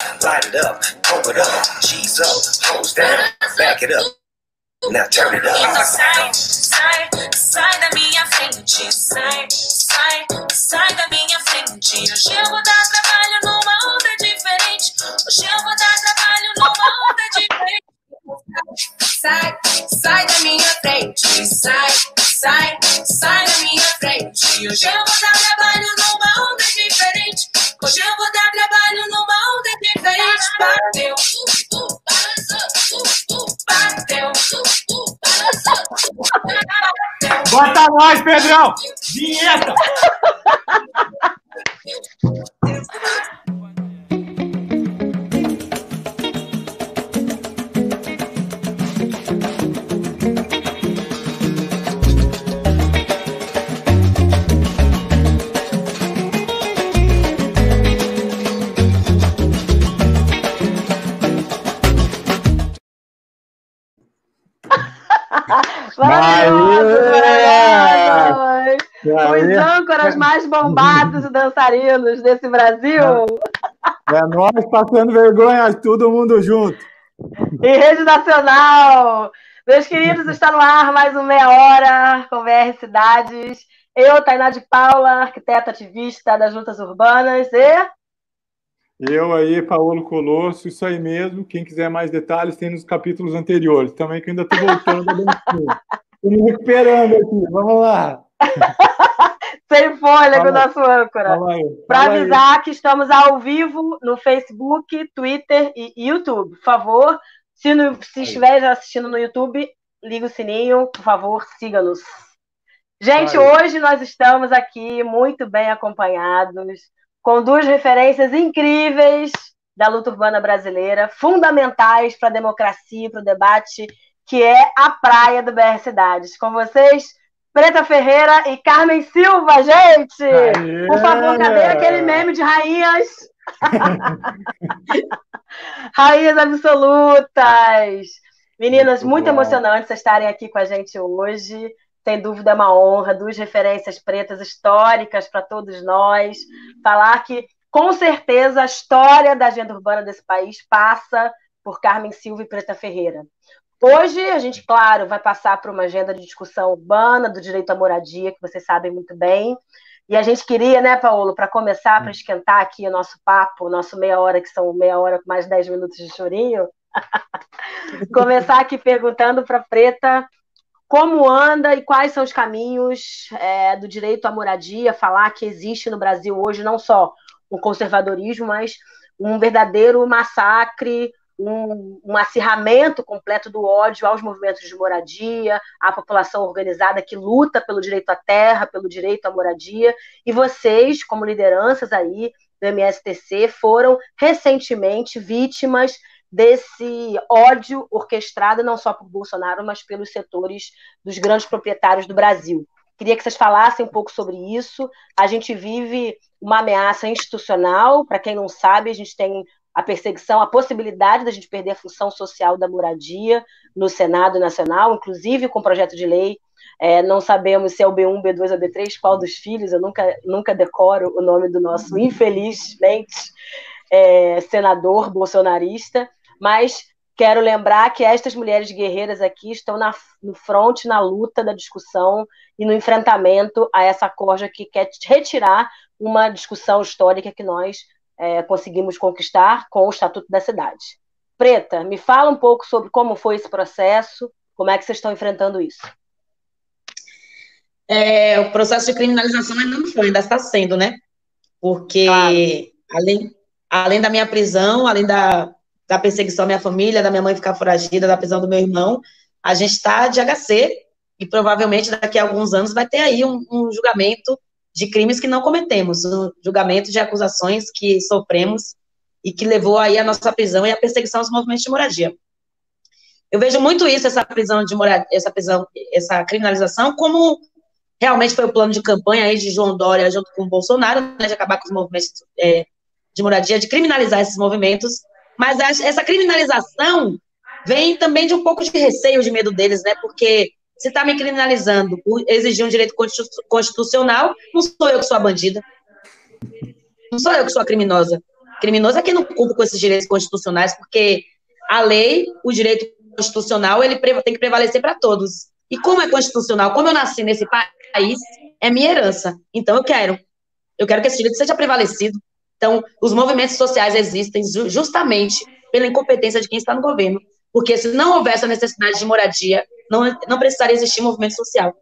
Light it up, pump it up, G's up, hose down, back it up. Now turn it up. Então sai da minha frente, sai da minha frente. Hoje eu vou dar trabalho numa onda diferente. Hoje eu vou dar trabalho numa onda diferente. Sai da minha frente, sai da minha frente. Hoje eu vou dar trabalho numa onda diferente. Hoje eu vou dar trabalho numa onda diferente. Bateu, bateu. Bota nós, Pedrão! Vinheta! Os âncoras mais bombados e dançarinos desse Brasil. É nós passando vergonha, todo mundo junto. Em rede nacional. Meus queridos, está no ar mais um Meia Hora com VR Cidades. Eu, Tainá de Paula, arquiteta ativista das lutas urbanas e... Eu aí, Paulo Colosso, isso aí mesmo. Quem quiser mais detalhes tem nos capítulos anteriores. Também que eu ainda estou voltando. Estou me recuperando aqui, vamos lá. Sem fôlego, nosso âncora. Para avisar que estamos ao vivo no Facebook, Twitter e YouTube. Por favor, se estiver assistindo no YouTube, liga o sininho, por favor, siga-nos. Gente, hoje nós estamos aqui muito bem acompanhados, com duas referências incríveis da luta urbana brasileira, fundamentais para a democracia e para o debate, que é a praia do BR Cidades. Com vocês, Preta Ferreira e Carmen Silva, gente! Aê! Por favor, cadê aquele meme de rainhas? Rainhas absolutas! Meninas, muito emocionante vocês estarem aqui com a gente hoje. Sem dúvida é uma honra, duas referências pretas históricas para todos nós. Falar que, com certeza, a história da agenda urbana desse país passa por Carmen Silva e Preta Ferreira. Hoje, a gente, claro, vai passar por uma agenda de discussão urbana, do direito à moradia, que vocês sabem muito bem. E a gente queria, né, Paulo, para começar, para esquentar aqui o nosso papo, o nosso meia hora, que são meia hora com mais 10 minutos de chorinho, começar aqui perguntando para a Preta como anda e quais são os caminhos do direito à moradia, falar que existe no Brasil hoje não só um conservadorismo, mas um verdadeiro massacre, um acirramento completo do ódio aos movimentos de moradia, à população organizada que luta pelo direito à terra, pelo direito à moradia, e vocês, como lideranças aí do MSTC, foram recentemente vítimas desse ódio orquestrado não só por Bolsonaro, mas pelos setores dos grandes proprietários do Brasil. Queria que vocês falassem um pouco sobre isso. A gente vive uma ameaça institucional, para quem não sabe, a gente tem a perseguição, a possibilidade da gente perder a função social da moradia no Senado Nacional, inclusive com projeto de lei. Não sabemos se é o B1, B2 ou B3, qual dos filhos, eu nunca decoro o nome do nosso, infelizmente, senador bolsonarista, mas quero lembrar que estas mulheres guerreiras aqui estão no fronte, na luta da discussão e no enfrentamento a essa corja que quer retirar uma discussão histórica que nós conseguimos conquistar com o Estatuto da Cidade. Preta, me fala um pouco sobre como foi esse processo, como é que vocês estão enfrentando isso? O processo de criminalização ainda não foi, ainda está sendo, né? Porque além da minha prisão, além da perseguição à minha família, da minha mãe ficar foragida, da prisão do meu irmão, a gente está de HC e provavelmente daqui a alguns anos vai ter aí um julgamento de crimes que não cometemos, um julgamento de acusações que sofremos e que levou aí a nossa prisão e a perseguição aos movimentos de moradia. Eu vejo muito isso, essa criminalização, como realmente foi o plano de campanha aí de João Dória junto com o Bolsonaro, né, de acabar com os movimentos de moradia, de criminalizar esses movimentos, mas essa criminalização vem também de um pouco de receio, de medo deles, né, porque se está me criminalizando por exigir um direito constitucional, não sou eu que sou a bandida, não sou eu que sou a criminosa, Criminoso é quem não cumpre com esses direitos constitucionais, porque a lei, o direito constitucional, ele tem que prevalecer para todos. E como é constitucional, como eu nasci nesse país, é minha herança. Então eu quero que esse direito seja prevalecido. Então, os movimentos sociais existem justamente pela incompetência de quem está no governo. Porque se não houvesse a necessidade de moradia, não precisaria existir movimento social.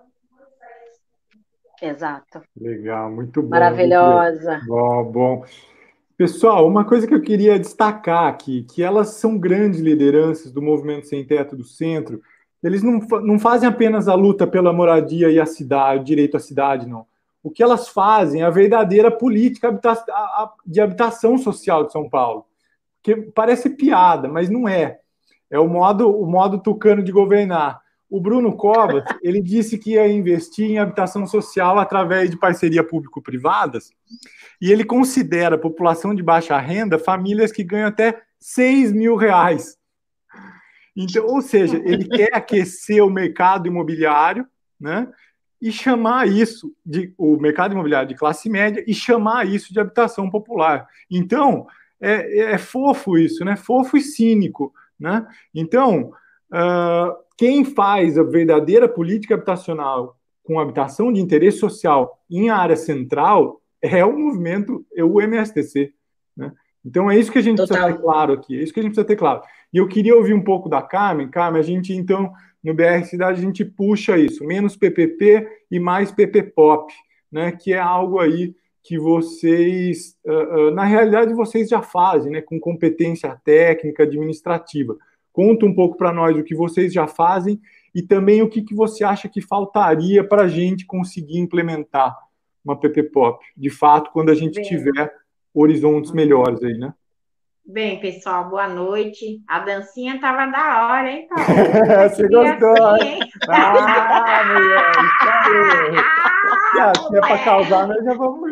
Exato. Legal, muito bom. Maravilhosa. Bom. Pessoal, uma coisa que eu queria destacar aqui, que elas são grandes lideranças do movimento Sem Teto do Centro. Eles não fazem apenas a luta pela moradia e a cidade, o direito à cidade, não. O que elas fazem é a verdadeira política de habitação social de São Paulo. Que parece piada, mas não é. É o modo tucano de governar. O Bruno Covas, ele disse que ia investir em habitação social através de parceria público-privadas, e ele considera a população de baixa renda famílias que ganham até 6 mil reais. Então, ou seja, ele quer aquecer o mercado imobiliário, né, e chamar isso o mercado imobiliário de classe média e chamar isso de habitação popular. Então, é fofo isso, né? Fofo e cínico, né? Então, quem faz a verdadeira política habitacional com habitação de interesse social em área central é o movimento, é o MSTC, né? Então, é isso que a gente precisa ter claro aqui, é isso que a gente precisa ter claro. E eu queria ouvir um pouco da Carmen. Carmen, a gente, então, no BR Cidade, a gente puxa isso, menos PPP e mais PP-Pop, né? Que é algo aí que vocês, na realidade, vocês já fazem, né? Com competência técnica, administrativa. Conta um pouco para nós o que vocês já fazem e também o que você acha que faltaria para a gente conseguir implementar uma PP-Pop, de fato, quando a gente tiver horizontes melhores aí, né? Bem, pessoal, boa noite. A dancinha estava da hora, hein, Paulo? Você gostou, assim, hein? Mulher, isso aí. Se é para causar, nós já vamos.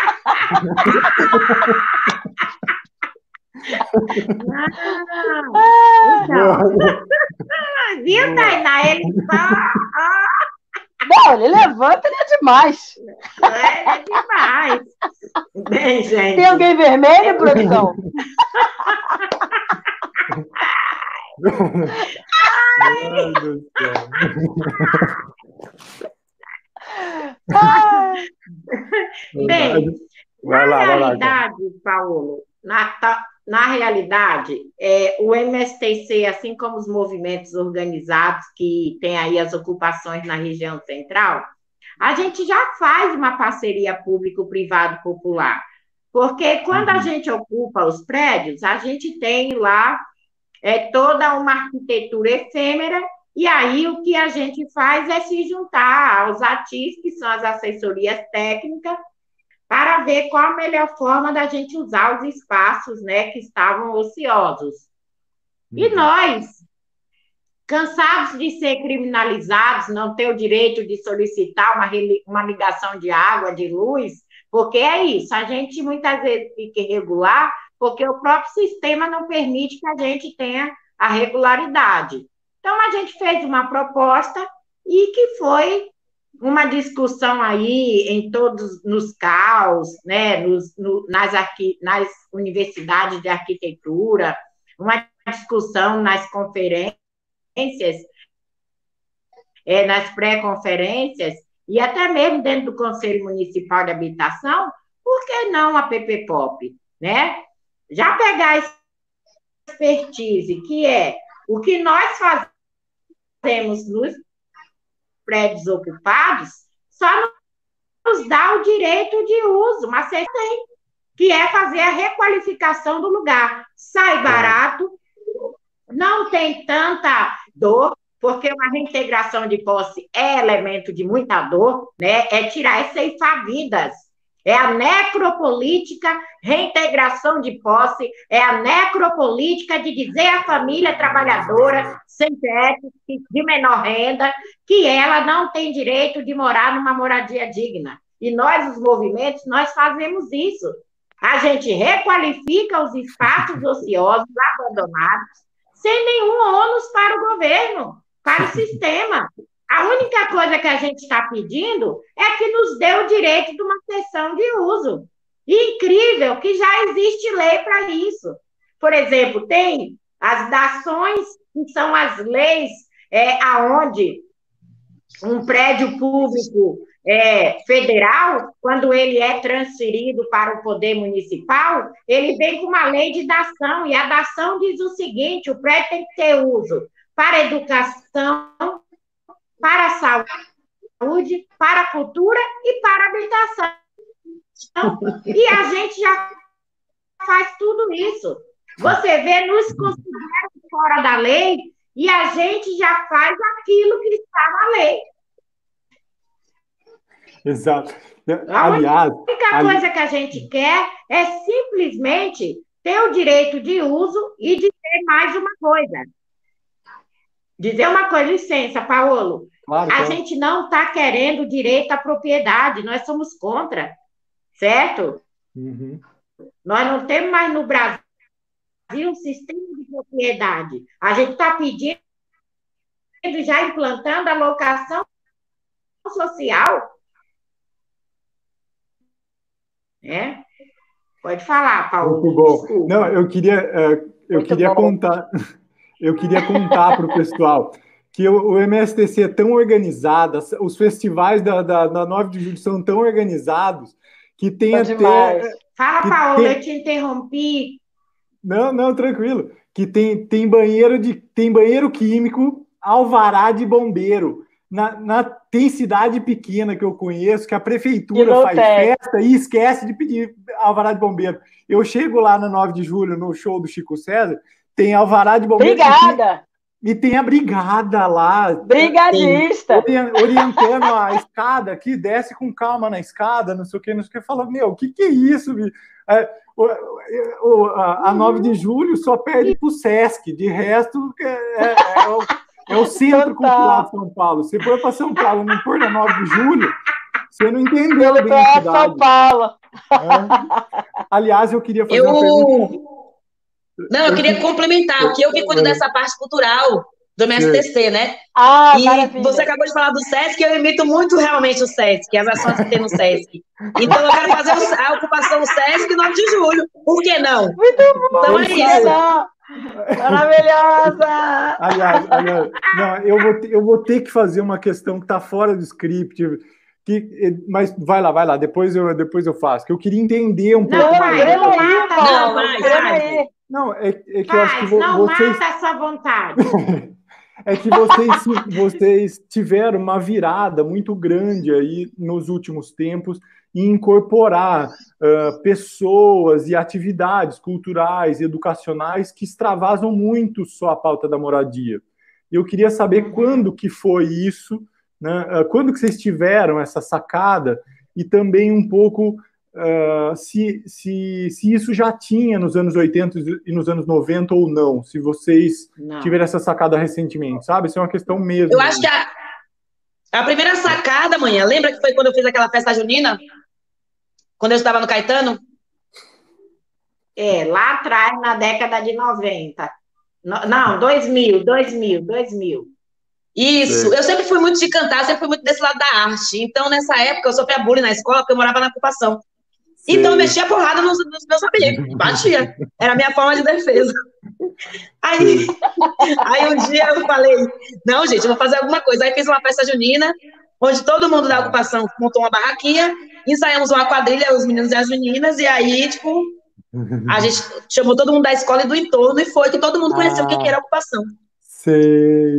Viu, Tainá? Ele só... Não, ele levanta, ele é demais. É demais. Bem, gente. Tem alguém vermelho, produção? Ai, Deus do céu. Bem, vai lá, realidade, Paulo, na realidade, o MSTC, assim como os movimentos organizados que têm aí as ocupações na região central, a gente já faz uma parceria público-privado-popular, porque quando a gente ocupa os prédios, a gente tem lá toda uma arquitetura efêmera, e aí o que a gente faz é se juntar aos ATIs, que são as assessorias técnicas, para ver qual a melhor forma da gente usar os espaços, né, que estavam ociosos. E nós, cansados de ser criminalizados, não ter o direito de solicitar uma ligação de água, de luz, porque é isso, a gente muitas vezes fica irregular, porque o próprio sistema não permite que a gente tenha a regularidade. Então, a gente fez uma proposta e que foi uma discussão aí em todos, nos CAUs, né, nas universidades de arquitetura, uma discussão nas conferências, nas pré-conferências, e até mesmo dentro do Conselho Municipal de Habitação, por que não a PP-Pop, né? Já pegar a expertise, que é o que nós fazemos nos prédios ocupados, só nos dá o direito de uso, mas você tem, que é fazer a requalificação do lugar. Sai barato, não tem tanta dor, porque uma reintegração de posse é elemento de muita dor, né? É tirar, é ceifar vidas. É a necropolítica, reintegração de posse, é a necropolítica de dizer à família trabalhadora, sem teto, de menor renda, que ela não tem direito de morar numa moradia digna. E nós, os movimentos, nós fazemos isso. A gente requalifica os espaços ociosos, abandonados, sem nenhum ônus para o governo, para o sistema. A única coisa que a gente está pedindo é que nos dê o direito de uma cessão de uso. E incrível que já existe lei para isso. Por exemplo, tem as dações, que são as leis aonde um prédio público federal, quando ele é transferido para o poder municipal, ele vem com uma lei de dação, e a dação diz o seguinte: o prédio tem que ter uso para educação, para a saúde, para a cultura e para a habitação. E a gente já faz tudo isso. Você vê, nos consideram fora da lei e a gente já faz aquilo que está na lei. Exato. Aliás, a única coisa que a gente quer é simplesmente ter o direito de uso e dizer mais uma coisa. Dizer uma coisa, licença, Paulo. Claro, a gente não está querendo direito à propriedade, nós somos contra, certo? Uhum. Nós não temos mais no Brasil um sistema de propriedade. A gente está pedindo, já implantando a locação social. Pode falar, Paulo. Muito bom. Não, eu queria contar para o pessoal que o MSTC é tão organizado, os festivais da 9 de julho são tão organizados que tem até... Demais. Fala, Paulo, eu te interrompi. Não, tranquilo. Que tem banheiro químico, alvará de bombeiro. Tem cidade pequena que eu conheço que a prefeitura faz festa e esquece de pedir alvará de bombeiro. Eu chego lá na 9 de julho, no show do Chico César, tem alvará de bombeiro. Brigada! E tem a brigada lá. Brigadista! Orientando a escada, que desce com calma na escada, não sei o que. Fala, meu, o que é isso? A 9 de julho só perde pro Sesc, de resto é o Centro Cultural de São Paulo. Você for para São Paulo, não for na 9 de julho, você não entendeu bem a cidade. São Paulo. Aliás, eu queria fazer uma pergunta. Não, eu queria complementar, porque eu que cuido dessa parte cultural do MSTC, né? E maravilha. Você acabou de falar do Sesc, eu imito muito realmente o Sesc, as ações que tem no Sesc. Então eu quero fazer a ocupação do Sesc 9 de julho. Por que não? Muito bom! Então é isso. Maravilhosa! Aliás, não, eu vou ter que fazer uma questão que está fora do script, mas vai lá, depois eu faço, que eu queria entender um pouco mais. Não, é que eu acho que vocês... mata essa vontade. É que vocês tiveram uma virada muito grande aí nos últimos tempos em incorporar pessoas e atividades culturais e educacionais que extravasam muito só a pauta da moradia. E eu queria saber quando que foi isso, né? Quando que vocês tiveram essa sacada e também um pouco se isso já tinha nos anos 80 e nos anos 90 ou não, se vocês tiveram essa sacada recentemente, sabe? Isso é uma questão mesmo. Eu acho que a primeira sacada, manhã, lembra que foi quando eu fiz aquela festa junina? Quando eu estava no Caetano? Lá atrás, na década de 90. Não, 2000. Isso, eu sempre fui muito de cantar, sempre fui muito desse lado da arte. Então, nessa época, eu sofria bullying na escola, porque eu morava na ocupação. Então, eu mexia porrada nos meus amigos, batia. Era a minha forma de defesa. Aí um dia eu falei, não, gente, eu vou fazer alguma coisa. Aí fiz uma festa junina, onde todo mundo da ocupação montou uma barraquinha, ensaiamos uma quadrilha, os meninos e as meninas, e aí, a gente chamou todo mundo da escola e do entorno, e foi que todo mundo conheceu o que era a ocupação. Sei.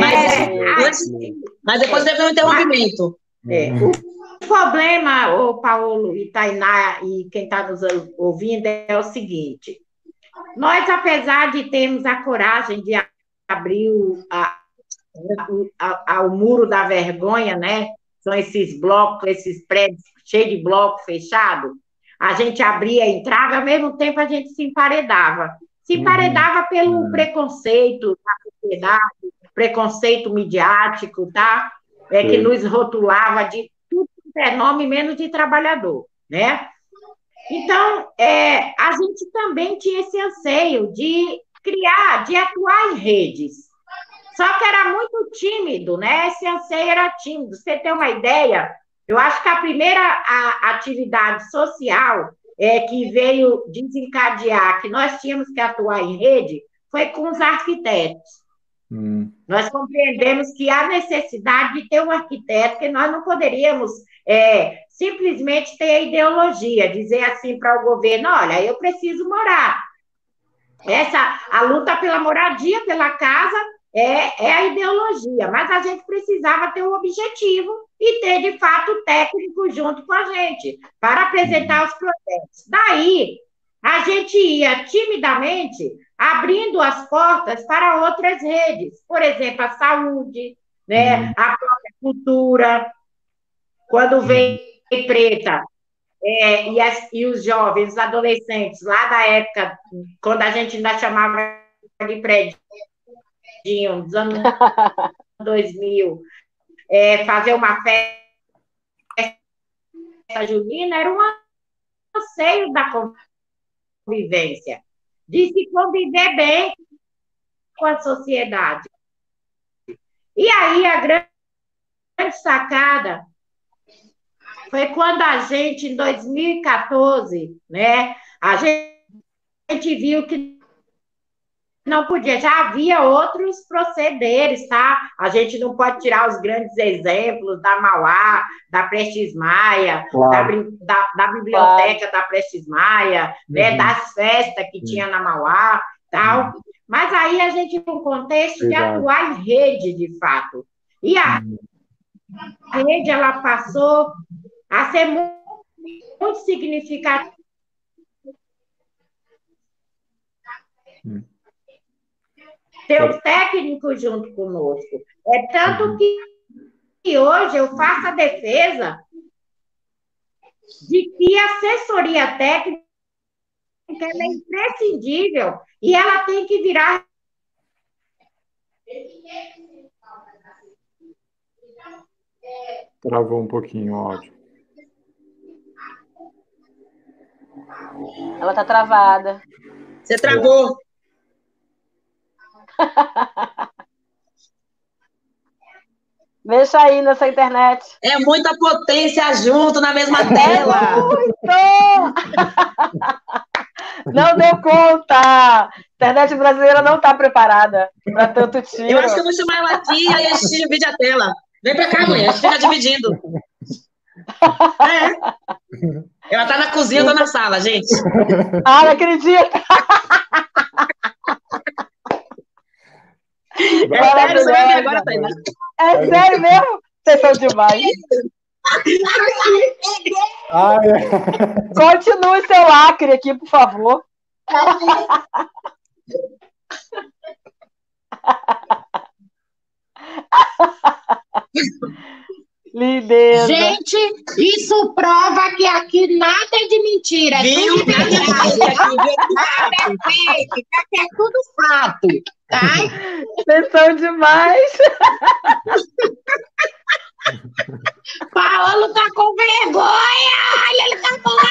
Mas depois teve um interrompimento. O problema, Paulo e Tainá e quem está nos ouvindo, é o seguinte: nós, apesar de termos a coragem de abrir o muro da vergonha, né? São esses blocos, esses prédios cheios de bloco fechado, a gente abria, entrava, ao mesmo tempo a gente se emparedava. Se emparedava pelo preconceito da sociedade, preconceito midiático, tá? Que nos rotulava de tudo que é nome, menos de trabalhador, né? Então, a gente também tinha esse anseio de criar, de atuar em redes. Só que era muito tímido, né? Esse anseio era tímido. Você tem uma ideia? Eu acho que a primeira atividade social que veio desencadear que nós tínhamos que atuar em rede foi com os arquitetos. Nós compreendemos que há necessidade de ter um arquiteto, que nós não poderíamos simplesmente ter a ideologia, dizer assim para o governo, olha, eu preciso morar. A luta pela moradia, pela casa, é a ideologia, mas a gente precisava ter um objetivo e ter, de fato, técnico junto com a gente, para apresentar os projetos. Daí, a gente ia timidamente abrindo as portas para outras redes, por exemplo, a saúde, né, a própria cultura, quando veio Preta, e os jovens, os adolescentes, lá da época, quando a gente ainda chamava de predinho, dos anos 2000, fazer uma festa junina era um anseio da convivência, de se conviver bem com a sociedade. E aí a grande sacada foi quando a gente, em 2014, né, a gente viu que não podia, já havia outros procederes, tá? A gente não pode tirar os grandes exemplos da Mauá, da Prestes Maia, claro, da biblioteca da Prestes Maia, né, das festas que tinha na Mauá, tal. Mas aí a gente tem um contexto de atuar em rede, de fato. E a rede, ela passou a ser muito significativa. Ter um técnico junto conosco. É tanto que hoje eu faço a defesa de que a assessoria técnica é imprescindível e ela tem que virar. Travou um pouquinho o áudio. Ela tá travada. Você travou. Deixa aí nessa internet. É muita potência junto na mesma tela. Muito! Não deu conta! A internet brasileira não está preparada para tanto tiro. Eu acho que eu vou chamar ela aqui e aí a gente divide a tela. Vem pra cá, mulher, a gente fica dividindo. Ela tá na cozinha, eu tô na sala, gente. Ah, não acredito! Sério, você vai ver agora, Tainá. É sério mesmo? Vocês são demais. Continue seu lacre aqui, por favor. Lindeza. Gente, isso prova que aqui nada é de mentira. Viu? Tudo verdade. Nada é fake, aqui é tudo fato. Tá? Vocês são demais. Paulo tá com vergonha. Olha, ele tá com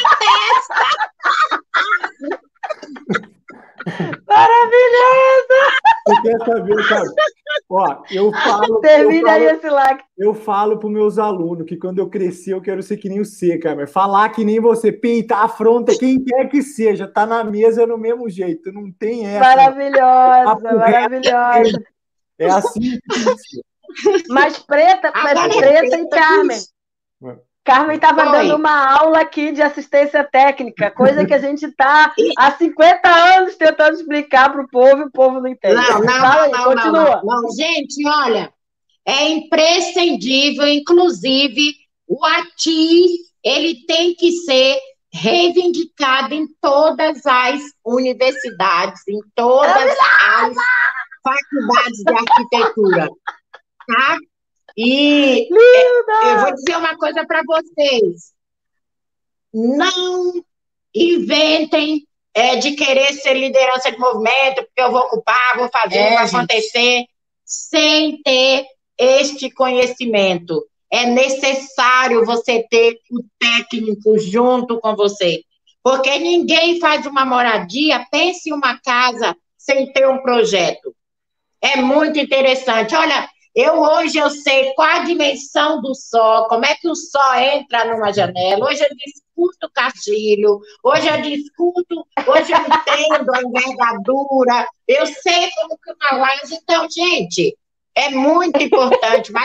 a testa. Maravilhosa. Você quer saber, cara? Ó, Termina aí esse like. Eu falo para os meus alunos que quando eu crescer eu quero ser que nem você, cara. Mas falar que nem você, peitar, afronta quem quer que seja, tá na mesa no mesmo jeito, não tem essa. Maravilhosa, maravilhosa. É assim que tem que ser. Mas Preta e Carmen. Carmen estava dando uma aula aqui de assistência técnica, coisa que a gente está há 50 anos tentando explicar para o povo e o povo não entende. Não, gente, olha, é imprescindível, inclusive, o ATIS, ele tem que ser reivindicado em todas as universidades, em todas as faculdades de arquitetura, tá? E eu vou dizer uma coisa para vocês. Não inventem de querer ser liderança de movimento, porque eu vou ocupar, vou fazer, vai acontecer, sem ter este conhecimento. É necessário você ter o técnico junto com você, porque ninguém faz uma moradia, pense em uma casa sem ter um projeto. É muito interessante. Olha, Hoje eu sei qual a dimensão do sol, como é que o sol entra numa janela. Hoje eu discuto castilho, hoje eu entendo a envergadura, eu sei como que uma laje. Então, gente, é muito importante, mas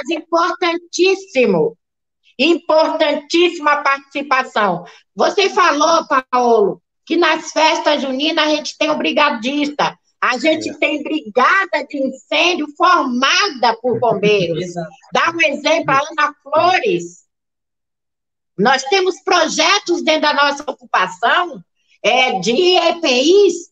importantíssima a participação. Você falou, Paulo, que nas festas juninas a gente tem o brigadista. A gente tem brigada de incêndio formada por bombeiros. Dá um exemplo, a Ana Flores. Nós temos projetos dentro da nossa ocupação de EPIs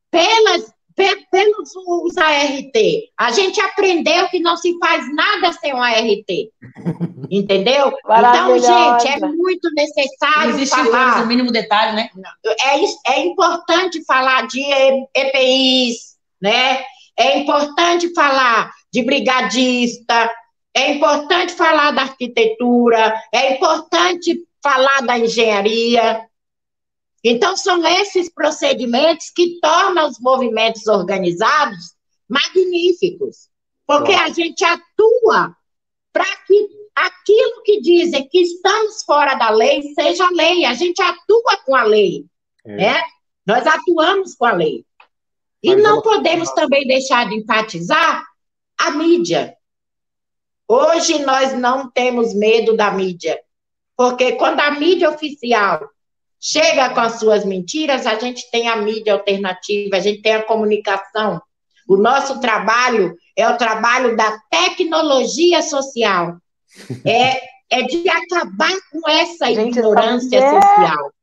pelos os ART. A gente aprendeu que não se faz nada sem um ART. Entendeu? Então, gente, é muito necessário não existe falar. O mínimo detalhe, né? É importante falar de EPIs, né? É importante falar de brigadista, é importante falar da arquitetura, é importante falar da engenharia. Então, são esses procedimentos que tornam os movimentos organizados magníficos, porque a gente atua para que aquilo que dizem que estamos fora da lei seja lei. A gente atua com a lei, né? Nós atuamos com a lei. E não podemos também deixar de enfatizar a mídia. Hoje nós não temos medo da mídia, porque quando a mídia oficial chega com as suas mentiras, a gente tem a mídia alternativa, a gente tem a comunicação. O nosso trabalho é o trabalho da tecnologia social. É de acabar com essa ignorância social.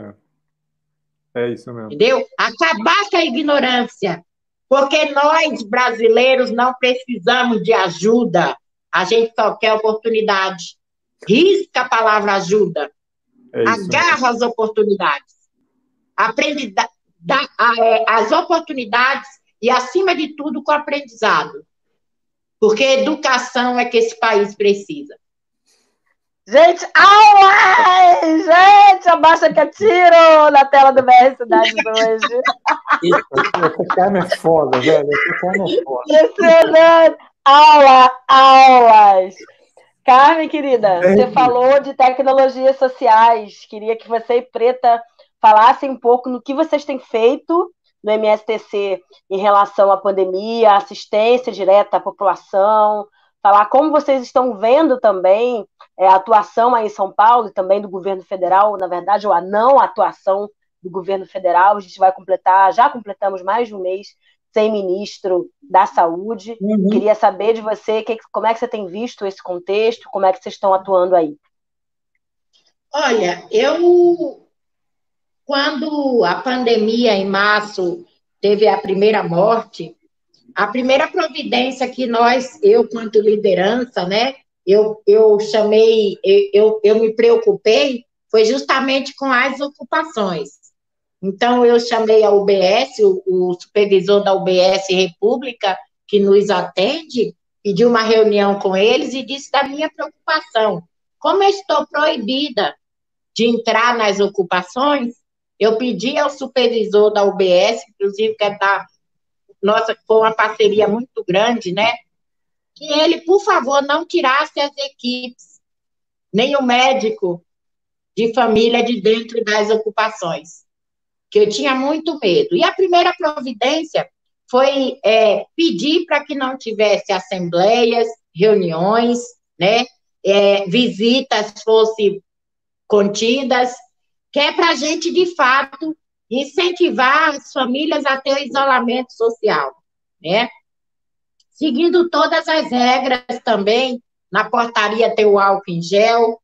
É isso mesmo. Entendeu? Acabar com a ignorância. Porque nós, brasileiros, não precisamos de ajuda. A gente só quer oportunidade. Risca a palavra ajuda. Agarra as oportunidades. Aprende as oportunidades e, acima de tudo, com o aprendizado. Porque educação é que esse país precisa. Gente, aulas! Gente, abaixa que eu tiro na tela do BR Cidades hoje. Essa carne é foda, velho. Essa carne é foda. Impressionante. Aulas. Carmen, querida, você falou de tecnologias sociais. Queria que você e Preta falassem um pouco no que vocês têm feito no MSTC em relação à pandemia, assistência direta à população, falar como vocês estão vendo também a atuação aí em São Paulo e também do governo federal, na verdade, ou a não atuação do governo federal. A gente vai já completamos mais de um mês sem ministro da Saúde. Queria saber de você como é que você tem visto esse contexto, como é que vocês estão atuando aí. Olha, quando a pandemia, em março, teve a primeira morte, a primeira providência que eu, quanto liderança, né, eu me preocupei, foi justamente com as ocupações. Então, eu chamei a UBS, o supervisor da UBS República, que nos atende, pedi uma reunião com eles e disse da minha preocupação. Como eu estou proibida de entrar nas ocupações, eu pedi ao supervisor da UBS, inclusive nossa, foi uma parceria muito grande, né? Que ele, por favor, não tirasse as equipes, nem o médico de família de dentro das ocupações, que eu tinha muito medo. E a primeira providência foi pedir para que não tivesse assembleias, reuniões, né? Visitas fossem contidas, que é para a gente, de fato, incentivar as famílias a ter o isolamento social, né? Seguindo todas as regras também, na portaria ter o álcool em gel,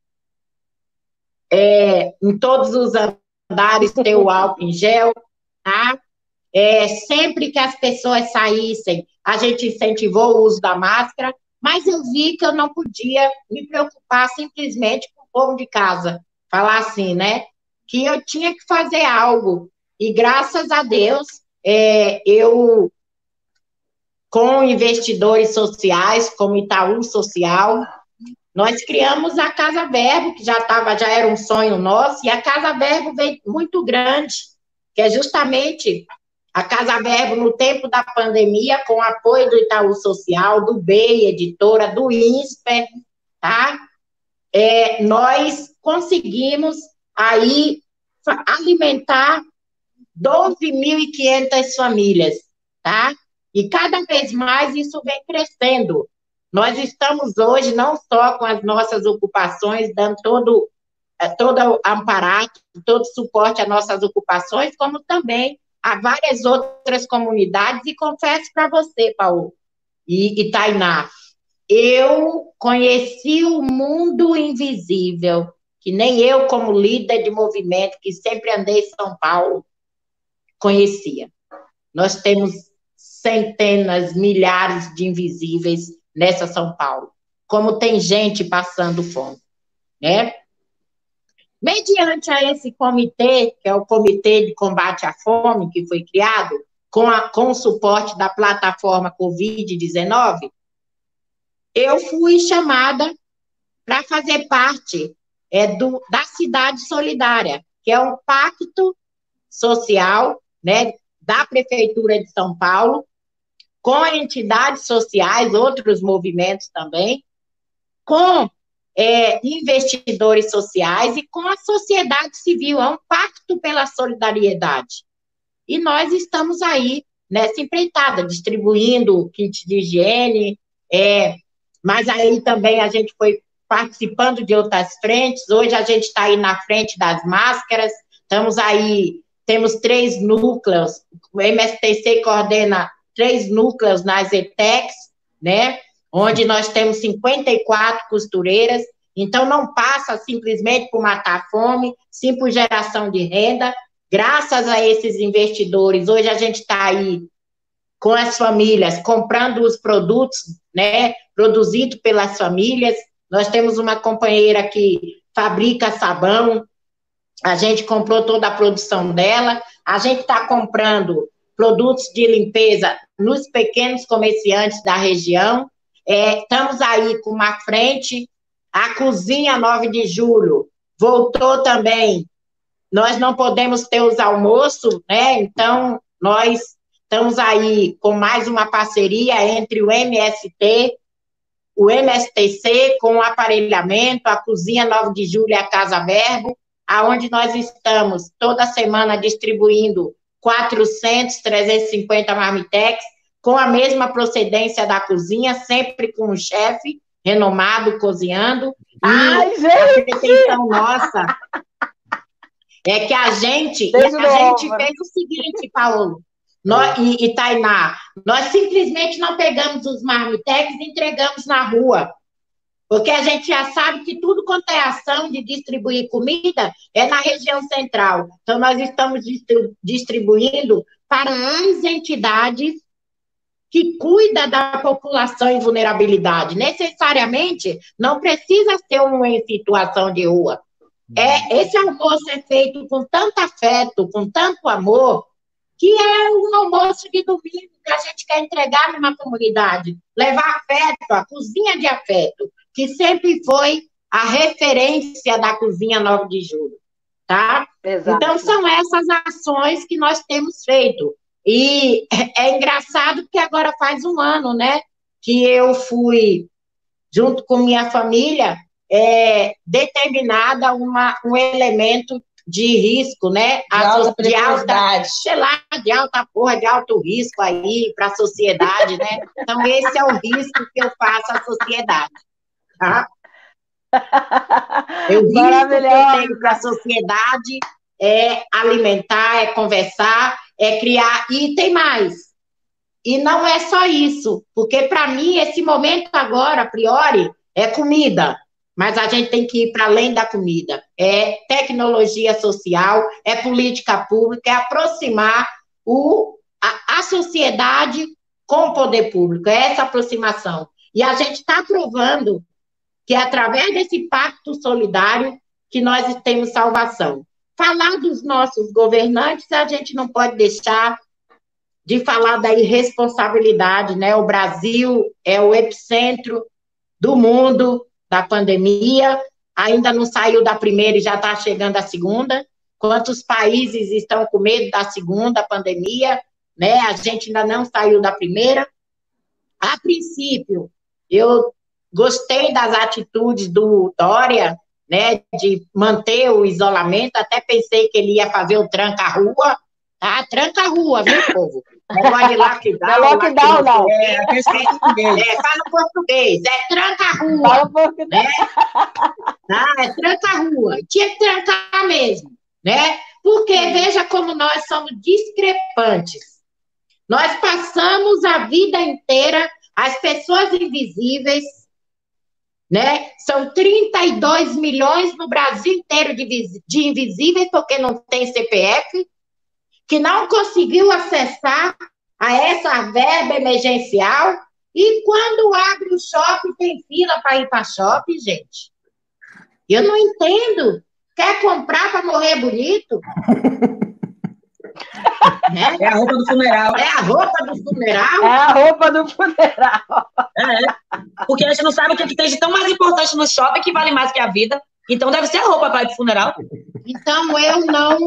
em todos os andares ter o álcool em gel, tá? Sempre que as pessoas saíssem, a gente incentivou o uso da máscara, mas eu vi que eu não podia me preocupar simplesmente com o povo de casa, falar assim, né? Que eu tinha que fazer algo. E, graças a Deus, eu, com investidores sociais, como Itaú Social, nós criamos a Casa Verbo, que já era um sonho nosso, e a Casa Verbo veio muito grande, que é justamente A Casa Verbo, no tempo da pandemia, com o apoio do Itaú Social, do BEI, editora, do INSPER, tá? Nós conseguimos aí alimentar 12.500 famílias, tá? E cada vez mais isso vem crescendo. Nós estamos hoje não só com as nossas ocupações, dando todo amparato, todo suporte às nossas ocupações, como também a várias outras comunidades, e confesso para você, Paulo e Tainá, eu conheci o mundo invisível, que nem eu, como líder de movimento, que sempre andei em São Paulo, conhecia. Nós temos centenas, milhares de invisíveis nessa São Paulo, como tem gente passando fome, né? Mediante a esse comitê, que é o Comitê de Combate à Fome, que foi criado com o suporte da plataforma Covid-19, eu fui chamada para fazer parte da Cidade Solidária, que é um pacto social, né, da Prefeitura de São Paulo, com entidades sociais, outros movimentos também, com investidores sociais e com a sociedade civil. É um pacto pela solidariedade. E nós estamos aí nessa empreitada, distribuindo kit de higiene, mas aí também a gente foi participando de outras frentes. Hoje a gente está aí na frente das máscaras, estamos aí, temos 3 núcleos, o MSTC coordena 3 núcleos nas ETECs, né, onde nós temos 54 costureiras, então não passa simplesmente por matar a fome, sim por geração de renda. Graças a esses investidores, hoje a gente está aí com as famílias, comprando os produtos, né, produzidos pelas famílias. Nós temos uma companheira que fabrica sabão, a gente comprou toda a produção dela, a gente está comprando produtos de limpeza nos pequenos comerciantes da região. Estamos aí com uma frente, a Cozinha 9 de Julho voltou também. Nós não podemos ter os almoços, né? Então, nós estamos aí com mais uma parceria entre o MST, o MSTC, com o aparelhamento, a Cozinha 9 de Julho e a Casa Verbo, aonde nós estamos toda semana distribuindo 400, 350 marmitex, com a mesma procedência da cozinha, sempre com um chefe renomado cozinhando. Ai, e gente! a pretensão nossa é que a gente fez o seguinte, Paulo e Tainá, nós simplesmente não pegamos os marmitex e entregamos na rua, porque a gente já sabe que tudo quanto é ação de distribuir comida é na região central. Então, nós estamos distribuindo para as entidades que cuidam da população em vulnerabilidade. Necessariamente, não precisa ser um em situação de rua. Esse almoço é feito com tanto afeto, com tanto amor, que é um almoço de domingo que a gente quer entregar numa comunidade, levar afeto, a cozinha de afeto, que sempre foi a referência da Cozinha 9 de Julho, tá? Exato. Então, são essas ações que nós temos feito. E é engraçado porque agora faz um ano, né, que eu fui, junto com minha família, determinada um elemento de risco, né? De alta, sei lá, de alto risco aí para a sociedade, né? Então, esse é o risco que eu faço à sociedade, tá? O risco que eu tenho para a sociedade é alimentar, é conversar, é criar, e tem mais. E não é só isso, porque para mim esse momento agora, a priori, é comida, mas a gente tem que ir para além da comida. É tecnologia social, é política pública, é aproximar a sociedade com o poder público, é essa aproximação. E a gente está provando que é através desse pacto solidário que nós temos salvação. Falar dos nossos governantes, a gente não pode deixar de falar da irresponsabilidade, né? O Brasil é o epicentro do mundo da pandemia, ainda não saiu da primeira e já está chegando a segunda. Quantos países estão com medo da segunda pandemia? né? A gente ainda não saiu da primeira. A princípio, eu gostei das atitudes do Dória, né, de manter o isolamento, até pensei que ele ia fazer o tranca-rua, tá? Tranca-rua, viu, povo? Negócio de lockdown. Não é lockdown, não. Fala português, é tranca-rua. Fala português. Né? Tá? É tranca-rua. Tinha que trancar mesmo, né? Porque veja como nós somos discrepantes. Nós passamos a vida inteira, as pessoas invisíveis, né? São 32 milhões no Brasil inteiro de invisíveis, porque não tem CPF, que não conseguiu acessar a essa verba emergencial, e quando abre o shopping, tem fila para ir para shopping, gente. Eu não entendo. Quer comprar para morrer bonito? É a roupa do funeral. É a roupa do funeral? É a roupa do funeral. Porque a gente não sabe o que tem de tão mais importante no shopping que vale mais que a vida. Então deve ser a roupa para ir pro funeral. Então eu não...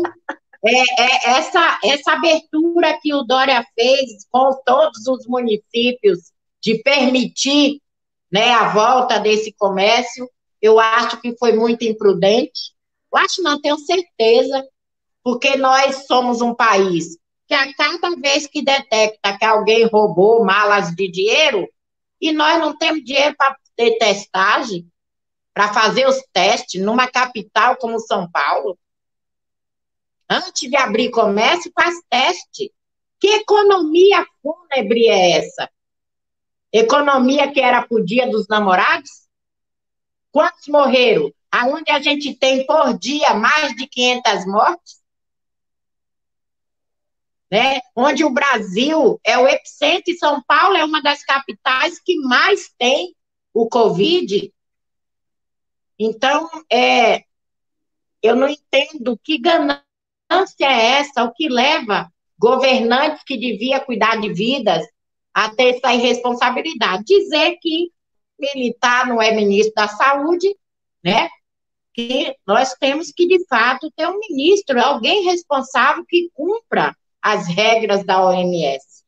essa abertura que o Dória fez com todos os municípios de permitir, né, a volta desse comércio, eu acho que foi muito imprudente. Eu acho, não, tenho certeza, porque nós somos um país que a cada vez que detecta que alguém roubou malas de dinheiro, e nós não temos dinheiro para ter testagem, para fazer os testes numa capital como São Paulo, antes de abrir comércio, faz teste. Que economia fúnebre é essa? Economia que era por Dia dos Namorados? Quantos morreram? Aonde a gente tem por dia mais de 500 mortes? Né? Onde o Brasil é o epicentro, e São Paulo é uma das capitais que mais tem o Covid. Então, eu não entendo que ganância é essa, o que leva governantes que deviam cuidar de vidas a ter essa irresponsabilidade. Dizer que militar não é ministro da saúde, né? Que nós temos que, de fato, ter um ministro, alguém responsável que cumpra as regras da OMS.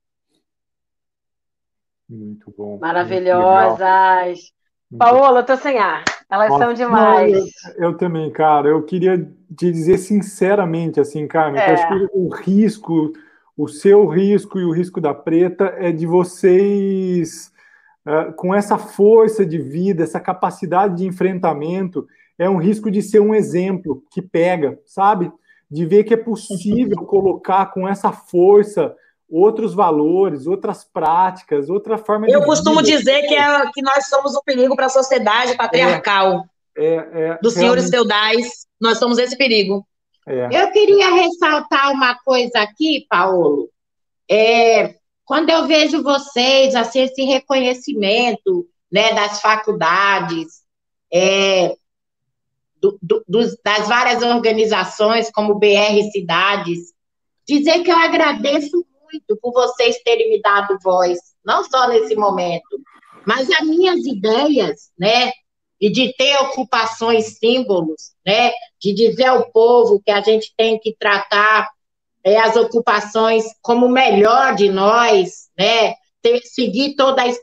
Muito bom. Maravilhosas. Paola, eu tô sem ar. Elas são demais. Eu também, cara. Eu queria te dizer sinceramente, assim, Carmen, que eu acho que o risco, o seu risco e o risco da Preta é de vocês, com essa força de vida, essa capacidade de enfrentamento, é um risco de ser um exemplo que pega, sabe? De ver que é possível colocar com essa força outros valores, outras práticas, outra forma de Eu costumo vida. dizer que nós somos um perigo para a sociedade patriarcal dos senhores feudais. Nós somos esse perigo. Eu queria ressaltar uma coisa aqui, Paulo. Quando eu vejo vocês, assim, esse reconhecimento, né, das faculdades, das várias organizações, como BR Cidades, dizer que eu agradeço muito por vocês terem me dado voz, não só nesse momento, mas as minhas ideias, né, e de ter ocupações símbolos, né, de dizer ao povo que a gente tem que tratar as ocupações como o melhor de nós, né, seguir todas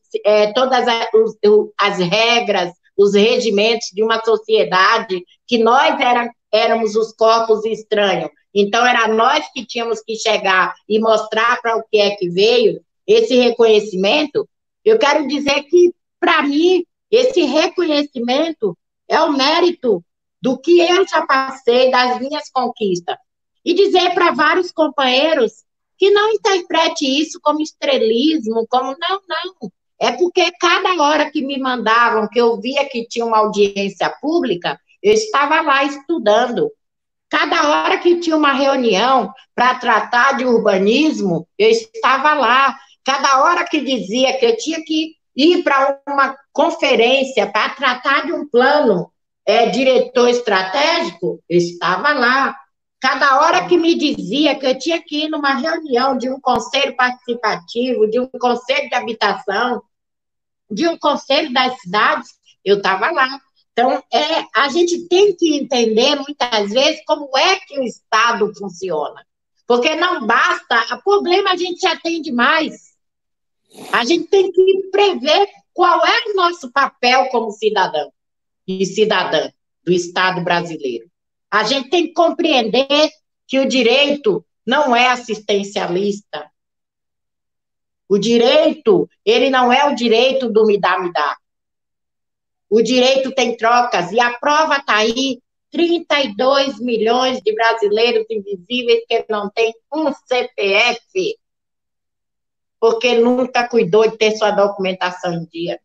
as regras, os regimentos de uma sociedade, que nós éramos os corpos estranhos. Então, era nós que tínhamos que chegar e mostrar para o que é que veio esse reconhecimento. Eu quero dizer que, para mim, esse reconhecimento é o mérito do que eu já passei, das minhas conquistas. E dizer para vários companheiros que não interprete isso como estrelismo, como não. É porque cada hora que me mandavam, que eu via que tinha uma audiência pública, eu estava lá estudando. Cada hora que tinha uma reunião para tratar de urbanismo, eu estava lá. Cada hora que dizia que eu tinha que ir para uma conferência para tratar de um plano diretor estratégico, eu estava lá. Cada hora que me dizia que eu tinha que ir numa reunião de um conselho participativo, de um conselho de habitação, de um conselho das cidades, eu estava lá. Então, a gente tem que entender, muitas vezes, como é que o Estado funciona. Porque não basta, o problema a gente já tem demais. A gente tem que prever qual é o nosso papel como cidadão e cidadã do Estado brasileiro. A gente tem que compreender que o direito não é assistencialista. O direito, ele não é o direito do me dá, me dá. O direito tem trocas, e a prova está aí, 32 milhões de brasileiros invisíveis que não têm um CPF, porque nunca cuidou de ter sua documentação em dia.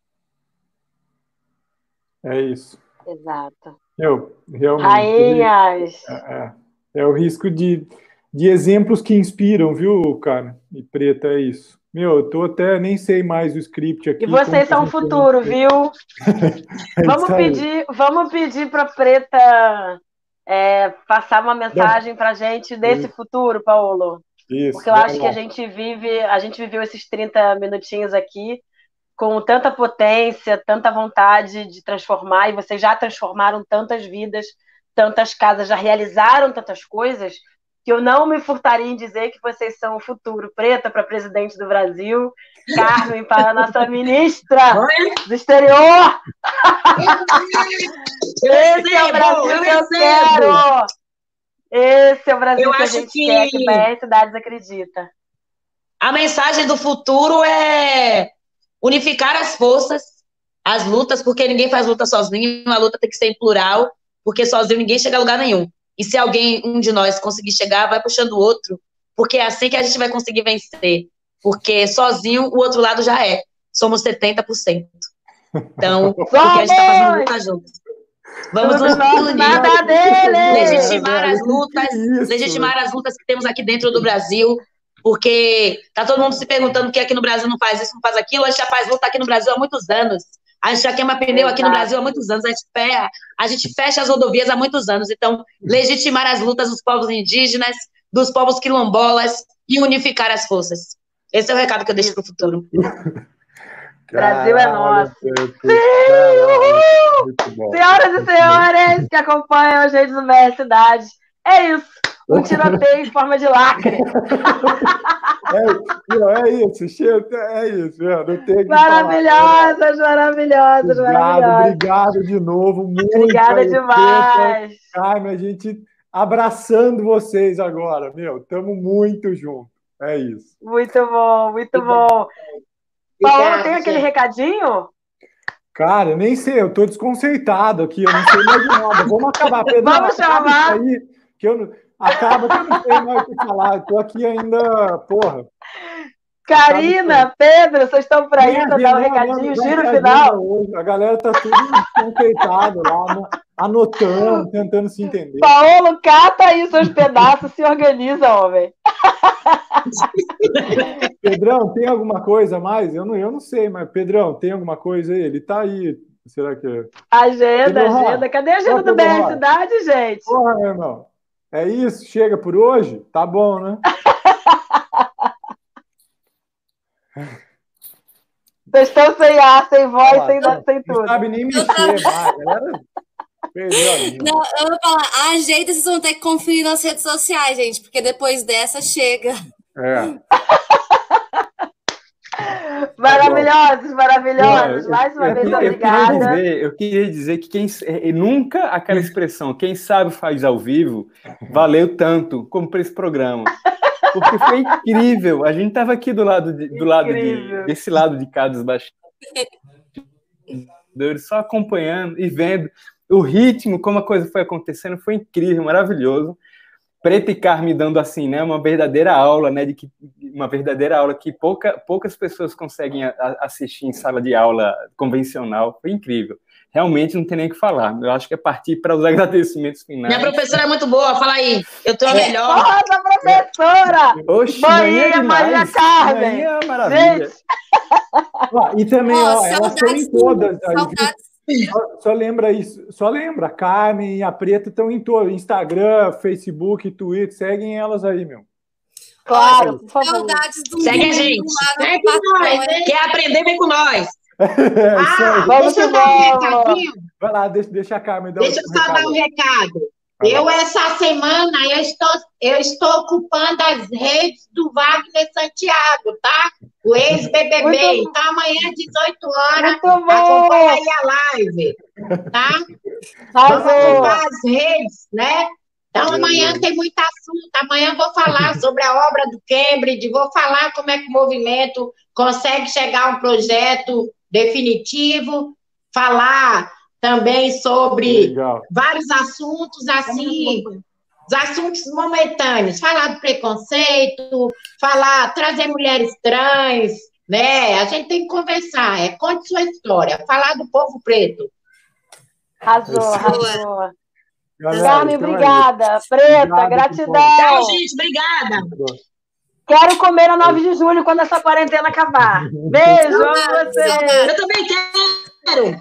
É isso. Exato. Eu, realmente. Rainhas! É o risco de exemplos que inspiram, viu, cara? E Preta, é isso. Meu, eu tô até, nem sei mais o script aqui. E vocês são o futuro, viu? Vamos pedir para Preta passar uma mensagem para a gente desse futuro, Paulo. Isso, porque eu acho que a gente viveu esses 30 minutinhos aqui com tanta potência, tanta vontade de transformar, e vocês já transformaram tantas vidas, tantas casas, já realizaram tantas coisas, que eu não me furtaria em dizer que vocês são o futuro. Preta para presidente do Brasil, Carmen para nossa ministra do exterior. Esse é o Brasil que eu quero. Esse é o Brasil que a gente quer, que BR Cidades acredita. A mensagem do futuro é unificar as forças, as lutas, porque ninguém faz luta sozinho, a luta tem que ser em plural, porque sozinho ninguém chega a lugar nenhum. E se um de nós conseguir chegar, vai puxando o outro, porque é assim que a gente vai conseguir vencer. Porque sozinho, o outro lado já é. Somos 70%. Então, porque a gente está fazendo luta juntos. Vamos nos unir, legitimar as lutas que temos aqui dentro do Brasil, porque tá todo mundo se perguntando que aqui no Brasil não faz isso, não faz aquilo. A gente já faz luta aqui no Brasil há muitos anos. A gente já queima pneu aqui no Brasil há muitos anos. A gente fecha as rodovias há muitos anos. Então, legitimar as lutas dos povos indígenas, dos povos quilombolas e unificar as forças. Esse é o recado que eu deixo para o futuro. Brasil é nosso. Sim, uhul! Senhoras e senhores que acompanham a gente no BR Cidade, é isso. Um tiroteio em forma de lacre. É isso. Não tem maravilhosas. Obrigado de novo. Muito obrigada demais. Carmen, a gente abraçando vocês agora. Estamos muito juntos. É isso. Muito bom, muito bom. Paulo, tem aquele recadinho? Cara, nem sei, eu tô desconcertado aqui, eu não sei mais de nada. Vamos acabar, Pedro. Vamos chamar. Aí, acaba que eu não sei mais o que falar. Eu tô aqui ainda, porra. Karina, Pedro, vocês estão por aí para dar um recadinho, giro final? A galera tá tudo desconcertado lá, anotando, tentando se entender. Paulo, cata aí seus pedaços, se organiza, homem. Pedrão, tem alguma coisa a mais? Eu não sei, mas Pedrão, tem alguma coisa aí? Ele tá aí. Será que é? Agenda. Cadê a agenda do BR Cidade, gente? Porra, meu irmão. É isso? Chega por hoje? Tá bom, né? Vocês estão sem ar, sem voz, sem tudo. Não sabe nem mexer, galera. Não, eu vou falar, a agenda vocês vão ter que conferir nas redes sociais, gente, porque depois dessa chega. Maravilhosos. Mais uma vez, obrigada. Eu queria dizer que nunca aquela expressão, quem sabe faz ao vivo, valeu tanto como para esse programa. Porque foi incrível. A gente estava aqui desse lado de cá dos bastidores, só acompanhando e vendo o ritmo, como a coisa foi acontecendo, foi incrível, maravilhoso. Preta e Carmen dando assim, né, uma verdadeira aula, né, uma verdadeira aula que poucas pessoas conseguem assistir em sala de aula convencional. Foi incrível. Realmente não tem nem o que falar. Eu acho que é partir para os agradecimentos finais. Minha professora é muito boa, fala aí. Eu tenho a melhor. Nossa, professora! Oxe, Maria Carmen! Maria é maravilha. E também, elas estão em todas. Só lembra isso. Só lembra, a Carmen e a Preta estão em todas. Instagram, Facebook, Twitter. Seguem elas aí, meu. Claro, por favor. Saudades do Segue a gente. Segue nós, hein? Quer aprender, vem com nós. Deixa eu dar um recadinho. Vai lá, deixa a Carmen dar Deixa eu só dar um recado. Eu, essa semana, eu estou ocupando as redes do Wagner Santiago, tá? O ex-BBB. Então, amanhã, 18 horas, acompanha aí a live, tá? Vamos ocupar as redes, né? Então, amanhã tem muito assunto. Amanhã eu vou falar sobre a obra do Cambridge, vou falar como é que o movimento consegue chegar a um projeto definitivo, falar também sobre vários assuntos, assim, os assuntos momentâneos, falar do preconceito, trazer mulheres trans, né? A gente tem que conversar, conte sua história, falar do povo preto. Arrasou. Carmen, obrigada. Preta, gratidão. Tchau, gente, obrigada. Quero comer a 9 de julho quando essa quarentena acabar. Beijo, amo você. Eu também quero.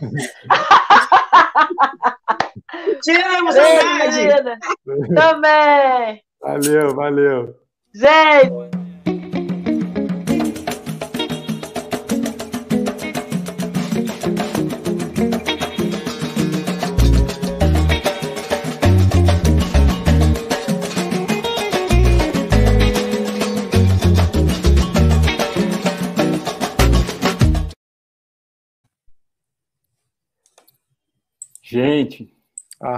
Te amo, saudade. Também. Valeu. Gente. Gente,